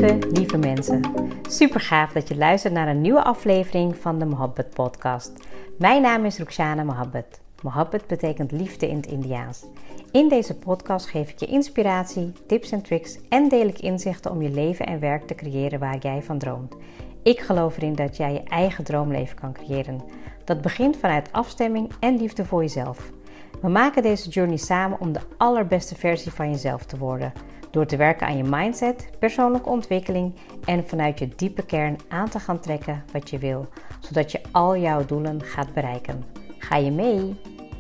Lieve mensen, super gaaf dat je luistert naar een nieuwe aflevering van de Mohabbat podcast. Mijn naam is Rukhsana Mohabbat. Mohabbat betekent liefde in het Indiaans. In deze podcast geef ik je inspiratie, tips en tricks en deel ik inzichten om je leven en werk te creëren waar jij van droomt. Ik geloof erin dat jij je eigen droomleven kan creëren. Dat begint vanuit afstemming en liefde voor jezelf. We maken deze journey samen om de allerbeste versie van jezelf te worden. Door te werken aan je mindset, persoonlijke ontwikkeling en vanuit je diepe kern aan te gaan trekken wat je wil. Zodat je al jouw doelen gaat bereiken. Ga je mee?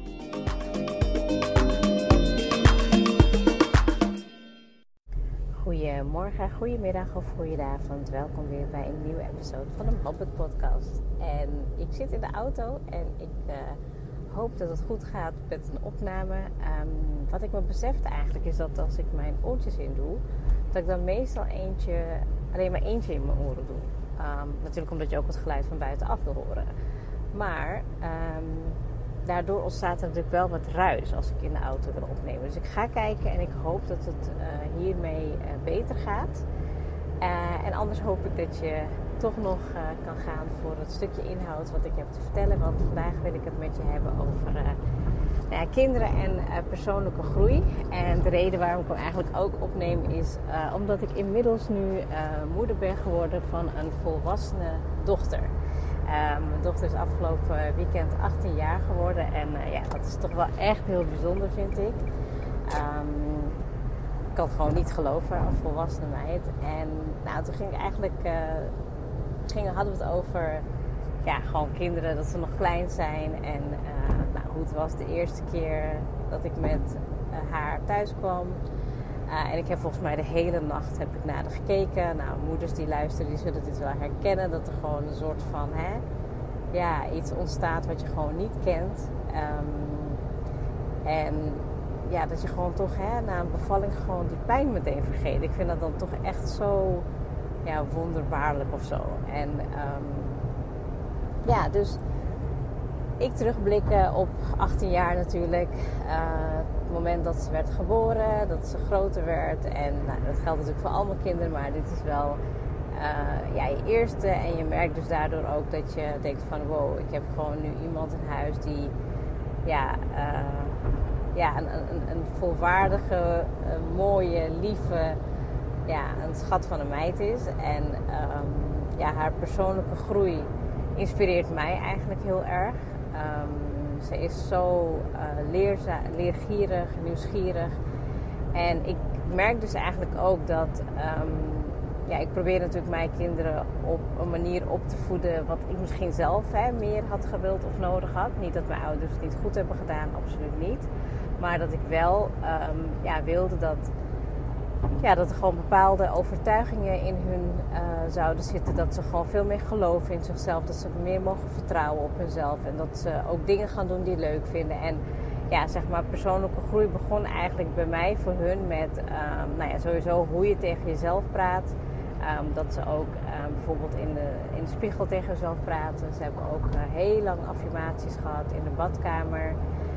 Goedemorgen, goedemiddag of goedenavond. Welkom weer bij een nieuwe episode van de Mohabbat podcast. En ik zit in de auto en ik hoop dat het goed gaat met een opname. Wat ik me besefte eigenlijk is dat als ik mijn oortjes in doe, dat ik dan meestal alleen maar eentje in mijn oren doe. Natuurlijk omdat je ook het geluid van buitenaf wil horen. Maar daardoor ontstaat er natuurlijk wel wat ruis als ik in de auto wil opnemen. Dus ik ga kijken en ik hoop dat het hiermee beter gaat. En anders hoop ik dat je toch nog kan gaan voor het stukje inhoud wat ik heb te vertellen. Want vandaag wil ik het met je hebben over kinderen en persoonlijke groei. En de reden waarom ik hem eigenlijk ook opneem is omdat ik inmiddels nu moeder ben geworden van een volwassene dochter. Mijn dochter is afgelopen weekend 18 jaar geworden. En dat is toch wel echt heel bijzonder, vind ik. Ik kan het gewoon niet geloven, een volwassene meid. En toen ging ik eigenlijk... hadden we het over gewoon kinderen, dat ze nog klein zijn. En hoe het was de eerste keer dat ik met haar thuis kwam. En ik heb volgens mij de hele nacht naar haar gekeken. Moeders die luisteren, die zullen dit wel herkennen. Dat er gewoon een soort van iets ontstaat wat je gewoon niet kent. Dat je gewoon toch na een bevalling gewoon die pijn meteen vergeet. Ik vind dat dan toch echt zo wonderbaarlijk of zo. En dus ik terugblikken op 18 jaar natuurlijk. Het moment dat ze werd geboren, dat ze groter werd. En dat geldt natuurlijk voor allemaal kinderen, maar dit is wel je eerste. En je merkt dus daardoor ook dat je denkt van wow, ik heb gewoon nu iemand in huis die een volwaardige, mooie, lieve, een schat van een meid is. En haar persoonlijke groei inspireert mij eigenlijk heel erg. Ze is zo leergierig, nieuwsgierig. En ik merk dus eigenlijk ook dat... ik probeer natuurlijk mijn kinderen op een manier op te voeden... wat ik misschien zelf meer had gewild of nodig had. Niet dat mijn ouders het niet goed hebben gedaan, absoluut niet. Maar dat ik wel wilde dat er gewoon bepaalde overtuigingen in hun zouden zitten. Dat ze gewoon veel meer geloven in zichzelf. Dat ze meer mogen vertrouwen op hunzelf. En dat ze ook dingen gaan doen die leuk vinden. En persoonlijke groei begon eigenlijk bij mij voor hun met sowieso hoe je tegen jezelf praat. Dat ze ook bijvoorbeeld in de spiegel tegen jezelf praten. Ze hebben ook heel lang affirmaties gehad in de badkamer.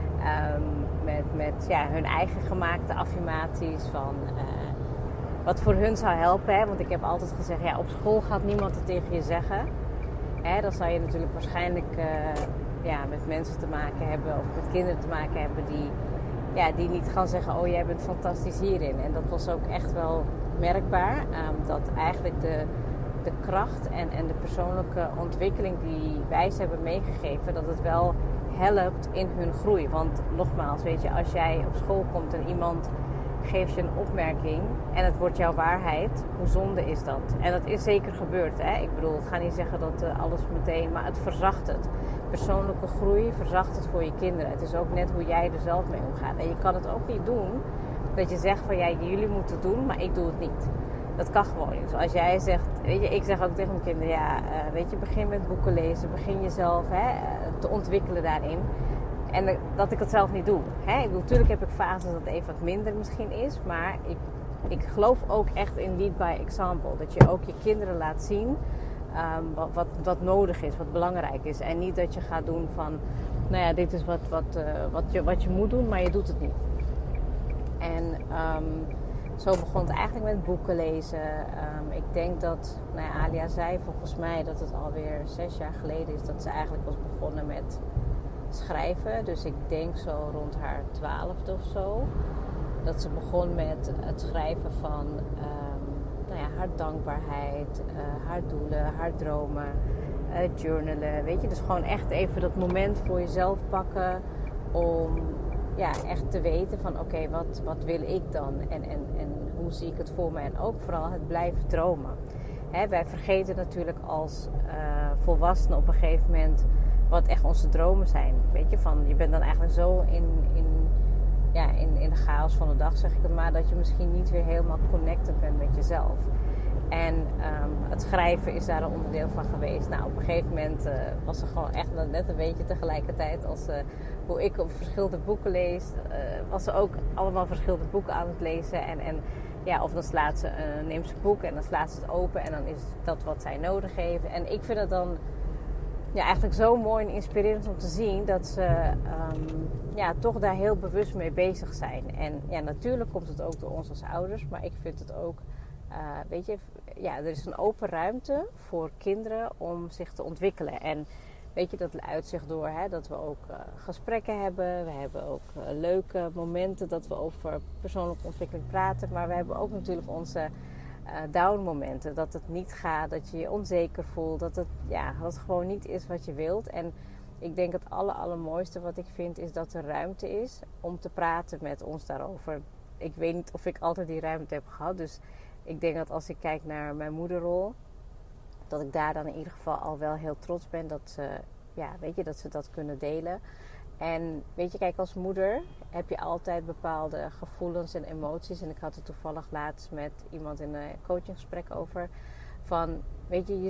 Met hun eigen gemaakte affirmaties van wat voor hun zou helpen. Want ik heb altijd gezegd, op school gaat niemand het tegen je zeggen. Dan zal je natuurlijk waarschijnlijk met mensen te maken hebben of met kinderen te maken hebben die niet gaan zeggen, oh jij bent fantastisch hierin. En dat was ook echt wel merkbaar. Dat eigenlijk de kracht en de persoonlijke ontwikkeling die wij ze hebben meegegeven, dat het wel helpt in hun groei. Want nogmaals, weet je, als jij op school komt en iemand geeft je een opmerking en het wordt jouw waarheid, hoe zonde is dat? En dat is zeker gebeurd. Ik bedoel, ik ga niet zeggen dat alles meteen, maar het verzacht het. Persoonlijke groei verzacht het voor je kinderen. Het is ook net hoe jij er zelf mee omgaat. En je kan het ook niet doen dat je zegt van jullie moeten het doen, maar ik doe het niet. Dat kan gewoon niet. Zoals jij zegt, weet je, ik zeg ook tegen mijn kinderen, begin met boeken lezen, begin jezelf te ontwikkelen daarin. En dat ik het zelf niet doe. Ik bedoel, natuurlijk heb ik fases dat het even wat minder misschien is, maar ik geloof ook echt in lead by example. Dat je ook je kinderen laat zien wat nodig is, wat belangrijk is. En niet dat je gaat doen van, dit is wat je moet doen, maar je doet het niet. En zo begon het eigenlijk met boeken lezen. Ik denk dat, Alia zei volgens mij dat het alweer 6 jaar geleden is dat ze eigenlijk was begonnen met schrijven. Dus ik denk zo rond haar 12e of zo. Dat ze begon met het schrijven van haar dankbaarheid, haar doelen, haar dromen, journalen. Weet je, dus gewoon echt even dat moment voor jezelf pakken om echt te weten van oké, wat wil ik dan? En hoe zie ik het voor me? En ook vooral het blijven dromen. Wij vergeten natuurlijk als volwassenen op een gegeven moment wat echt onze dromen zijn. Weet je, van je bent dan eigenlijk zo in de chaos van de dag, zeg ik het maar, dat je misschien niet weer helemaal connected bent met jezelf. En het schrijven is daar een onderdeel van geweest. Nou, op een gegeven moment was ze gewoon echt net een beetje tegelijkertijd als hoe ik op verschillende boeken lees. Was ze ook allemaal verschillende boeken aan het lezen. Of dan neemt ze een boek en dan slaat ze het open en dan is dat wat zij nodig heeft. En ik vind het dan eigenlijk zo mooi en inspirerend om te zien dat ze toch daar heel bewust mee bezig zijn. En natuurlijk komt het ook door ons als ouders, maar ik vind het ook, er is een open ruimte voor kinderen om zich te ontwikkelen. En weet je, dat uitzicht door dat we ook gesprekken hebben. We hebben ook leuke momenten dat we over persoonlijke ontwikkeling praten. Maar we hebben ook natuurlijk onze down momenten. Dat het niet gaat, dat je je onzeker voelt. Dat het gewoon niet is wat je wilt. En ik denk het allermooiste wat ik vind is dat er ruimte is om te praten met ons daarover. Ik weet niet of ik altijd die ruimte heb gehad. Dus ik denk dat als ik kijk naar mijn moederrol, dat ik daar dan in ieder geval al wel heel trots ben dat ze dat kunnen delen. En weet je, kijk, als moeder heb je altijd bepaalde gevoelens en emoties. En ik had het toevallig laatst met iemand in een coachinggesprek over. Van, weet je,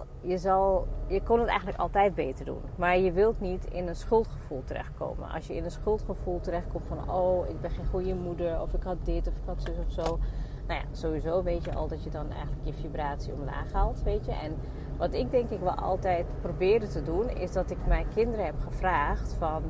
je kon het eigenlijk altijd beter doen. Maar je wilt niet in een schuldgevoel terechtkomen. Als je in een schuldgevoel terechtkomt van, oh, ik ben geen goede moeder. Of ik had dit of ik had zus of zo. Nou ja, sowieso weet je al dat je dan eigenlijk je vibratie omlaag haalt, weet je. En wat ik denk ik wel altijd probeerde te doen, is dat ik mijn kinderen heb gevraagd van,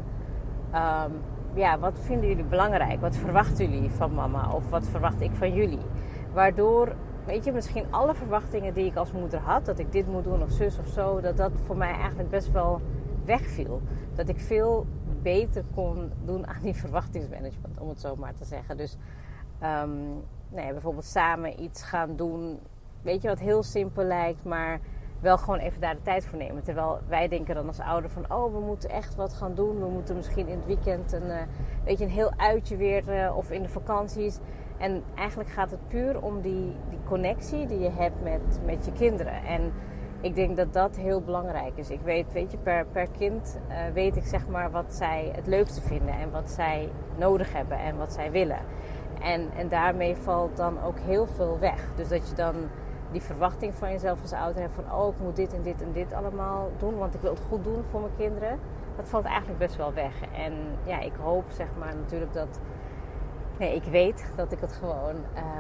wat vinden jullie belangrijk? Wat verwachten jullie van mama? Of wat verwacht ik van jullie? Waardoor, weet je, misschien alle verwachtingen die ik als moeder had, dat ik dit moet doen of zus of zo, dat voor mij eigenlijk best wel wegviel. Dat ik veel beter kon doen aan die verwachtingsmanagement, om het zo maar te zeggen. Dus bijvoorbeeld samen iets gaan doen, weet je, wat heel simpel lijkt, maar wel gewoon even daar de tijd voor nemen. Terwijl wij denken dan als ouder van, oh, we moeten echt wat gaan doen. We moeten misschien in het weekend een heel uitje weer of in de vakanties. En eigenlijk gaat het puur om die connectie die je hebt met je kinderen. En ik denk dat dat heel belangrijk is. Ik weet je, per kind weet ik zeg maar wat zij het leukste vinden en wat zij nodig hebben en wat zij willen. En daarmee valt dan ook heel veel weg. Dus dat je dan die verwachting van jezelf als ouder hebt van, oh, ik moet dit en dit en dit allemaal doen, want ik wil het goed doen voor mijn kinderen. Dat valt eigenlijk best wel weg. En ja, ik hoop zeg maar natuurlijk dat, ik weet dat ik het gewoon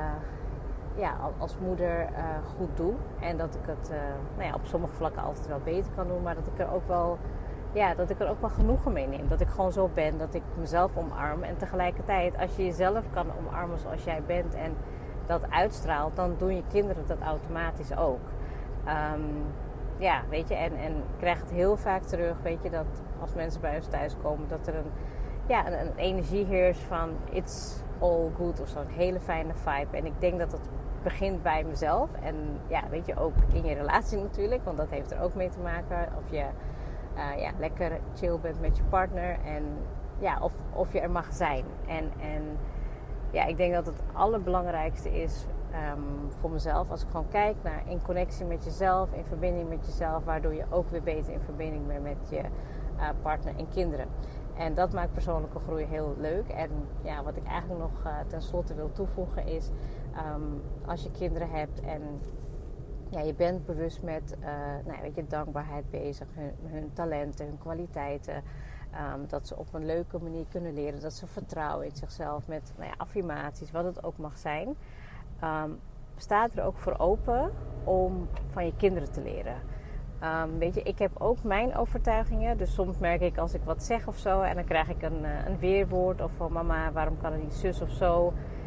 als moeder goed doe. En dat ik het op sommige vlakken altijd wel beter kan doen, maar dat ik er ook wel genoegen mee neem. Dat ik gewoon zo ben, dat ik mezelf omarm. En tegelijkertijd, als je jezelf kan omarmen zoals jij bent en dat uitstraalt, dan doen je kinderen dat automatisch ook. Weet je, en ik krijg het heel vaak terug, weet je, dat als mensen bij ons thuis komen, dat er een energie heerst van it's all good of zo'n hele fijne vibe. En ik denk dat het begint bij mezelf. En weet je, ook in je relatie natuurlijk, want dat heeft er ook mee te maken. Of je lekker chill bent met je partner en of je er mag zijn. En ik denk dat het allerbelangrijkste is voor mezelf, als ik gewoon kijk naar in connectie met jezelf, in verbinding met jezelf, waardoor je ook weer beter in verbinding bent met je partner en kinderen. En dat maakt persoonlijke groei heel leuk. En wat ik eigenlijk nog tenslotte wil toevoegen is, als je kinderen hebt en je bent bewust met dankbaarheid bezig, hun talenten, hun kwaliteiten. Dat ze op een leuke manier kunnen leren. Dat ze vertrouwen in zichzelf met affirmaties, wat het ook mag zijn. Sta er ook voor open om van je kinderen te leren. Weet je, ik heb ook mijn overtuigingen. Dus soms merk ik als ik wat zeg of zo en dan krijg ik een weerwoord of van mama, waarom kan het niet zus of zo.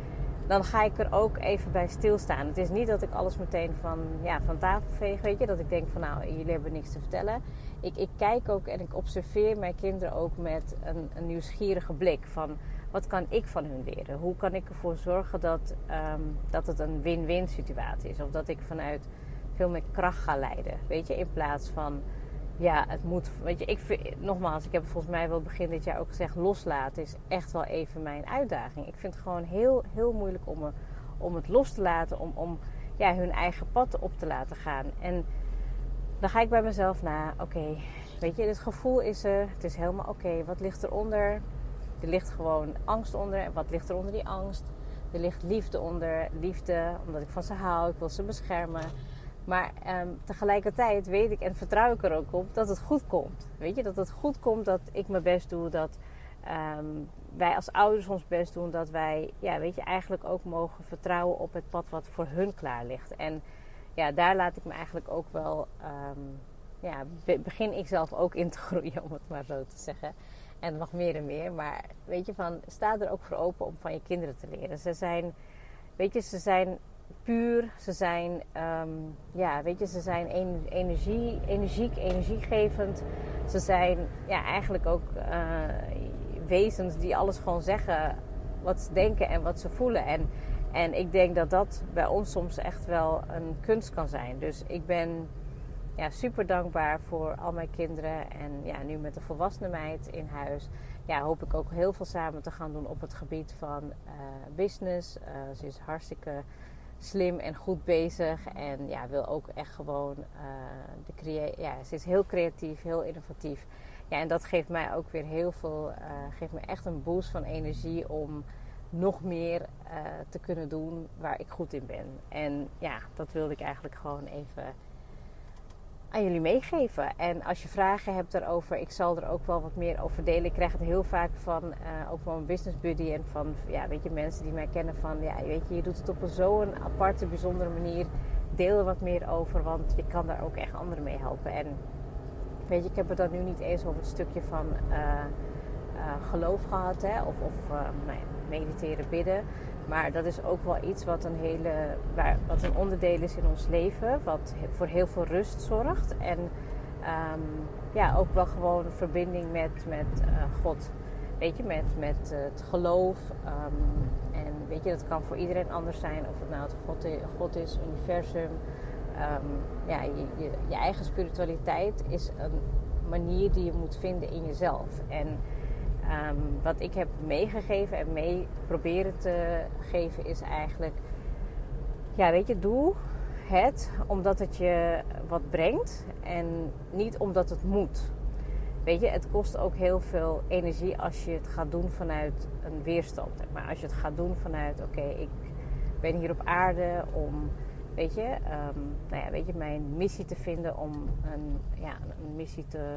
dan ga ik er ook even bij stilstaan. Het is niet dat ik alles meteen van tafel veeg, weet je. Dat ik denk van nou, jullie hebben niks te vertellen. Ik kijk ook en ik observeer mijn kinderen ook met een nieuwsgierige blik. Van wat kan ik van hun leren? Hoe kan ik ervoor zorgen dat het een win-win situatie is? Of dat ik vanuit veel meer kracht ga leiden. Weet je, in plaats van het moet. Weet je, nogmaals, ik heb volgens mij wel begin dit jaar ook gezegd, loslaten is echt wel even mijn uitdaging. Ik vind het gewoon heel, heel moeilijk om het los te laten, om hun eigen pad op te laten gaan. En dan ga ik bij mezelf na, oké, weet je, dit gevoel is er, het is helemaal oké. Wat ligt eronder? Er ligt gewoon angst onder. En wat ligt er onder die angst? Er ligt liefde onder. Liefde, omdat ik van ze hou, ik wil ze beschermen. Maar tegelijkertijd weet ik en vertrouw ik er ook op dat het goed komt. Weet je, dat het goed komt, dat ik mijn best doe, dat wij als ouders ons best doen, dat wij, eigenlijk ook mogen vertrouwen op het pad wat voor hun klaar ligt. En daar laat ik me eigenlijk ook wel, begin ik zelf ook in te groeien, om het maar zo te zeggen. En nog meer en meer. Maar weet je, sta er ook voor open om van je kinderen te leren. Ze zijn puur. Ze zijn, ze zijn energiegevend. Ze zijn eigenlijk ook wezens die alles gewoon zeggen wat ze denken en wat ze voelen. En ik denk dat dat bij ons soms echt wel een kunst kan zijn. Dus ik ben super dankbaar voor al mijn kinderen. En nu met de volwassene meid in huis, hoop ik ook heel veel samen te gaan doen op het gebied van business. Ze is hartstikke slim en goed bezig. En wil ook echt gewoon ze is heel creatief, heel innovatief. En dat geeft mij ook weer heel veel, geeft me echt een boost van energie om nog meer te kunnen doen waar ik goed in ben. En dat wilde ik eigenlijk gewoon even aan jullie meegeven. En als je vragen hebt daarover, ik zal er ook wel wat meer over delen. Ik krijg het heel vaak van ook van mijn business buddy en van mensen die mij kennen van je doet het op zo'n aparte, bijzondere manier. Deel er wat meer over, want je kan daar ook echt anderen mee helpen. En weet je, ik heb het dan nu niet eens over het stukje van geloof gehad, hè, of mediteren, bidden. Maar dat is ook wel iets wat een onderdeel is in ons leven. Wat voor heel veel rust zorgt. En ook wel gewoon een verbinding met God. Weet je, met het geloof. En weet je, dat kan voor iedereen anders zijn. Of het nou het God is, universum. Je eigen spiritualiteit is een manier die je moet vinden in jezelf. En wat ik heb meegegeven en mee proberen te geven is eigenlijk, doe het omdat het je wat brengt en niet omdat het moet. Weet je, het kost ook heel veel energie als je het gaat doen vanuit een weerstand. Maar als je het gaat doen vanuit, ik ben hier op aarde om, mijn missie te vinden, om een missie te,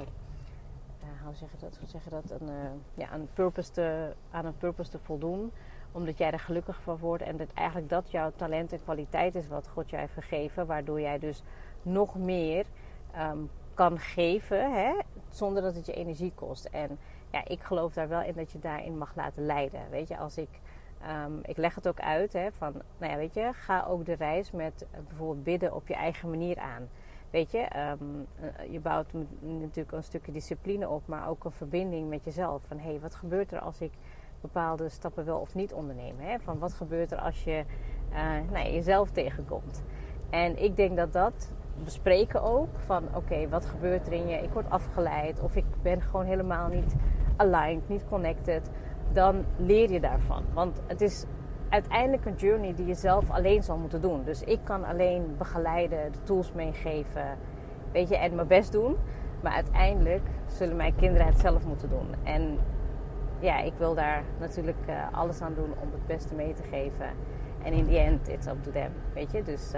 aan een purpose te voldoen. Omdat jij er gelukkig van wordt en dat eigenlijk dat jouw talent en kwaliteit is wat God jou heeft gegeven. Waardoor jij dus nog meer kan geven, hè, zonder dat het je energie kost. En ik geloof daar wel in dat je daarin mag laten leiden. Weet je, als ik leg het ook uit, hè, van, ga ook de reis met bijvoorbeeld bidden op je eigen manier aan. Weet je, je bouwt natuurlijk een stukje discipline op, maar ook een verbinding met jezelf. Van wat gebeurt er als ik bepaalde stappen wel of niet onderneem? Hè? Van wat gebeurt er als je jezelf tegenkomt? En ik denk dat bespreken ook. Van wat gebeurt er in je? Ik word afgeleid of ik ben gewoon helemaal niet aligned, niet connected. Dan leer je daarvan. Want het is uiteindelijk een journey die je zelf alleen zal moeten doen. Dus ik kan alleen begeleiden, de tools meegeven, en mijn best doen. Maar uiteindelijk zullen mijn kinderen het zelf moeten doen. En ik wil daar natuurlijk alles aan doen om het beste mee te geven. En in the end, it's up to them. Weet je, dus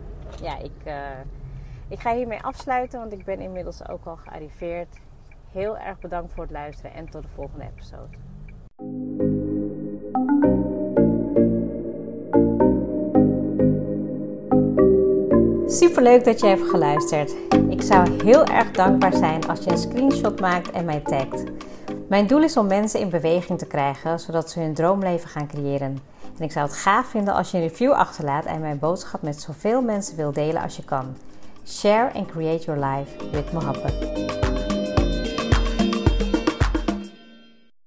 ik ga hiermee afsluiten, want ik ben inmiddels ook al gearriveerd. Heel erg bedankt voor het luisteren en tot de volgende episode. Superleuk dat je hebt geluisterd. Ik zou heel erg dankbaar zijn als je een screenshot maakt en mij tagt. Mijn doel is om mensen in beweging te krijgen, zodat ze hun droomleven gaan creëren. En ik zou het gaaf vinden als je een review achterlaat en mijn boodschap met zoveel mensen wilt delen als je kan. Share and create your life with Mohabbat.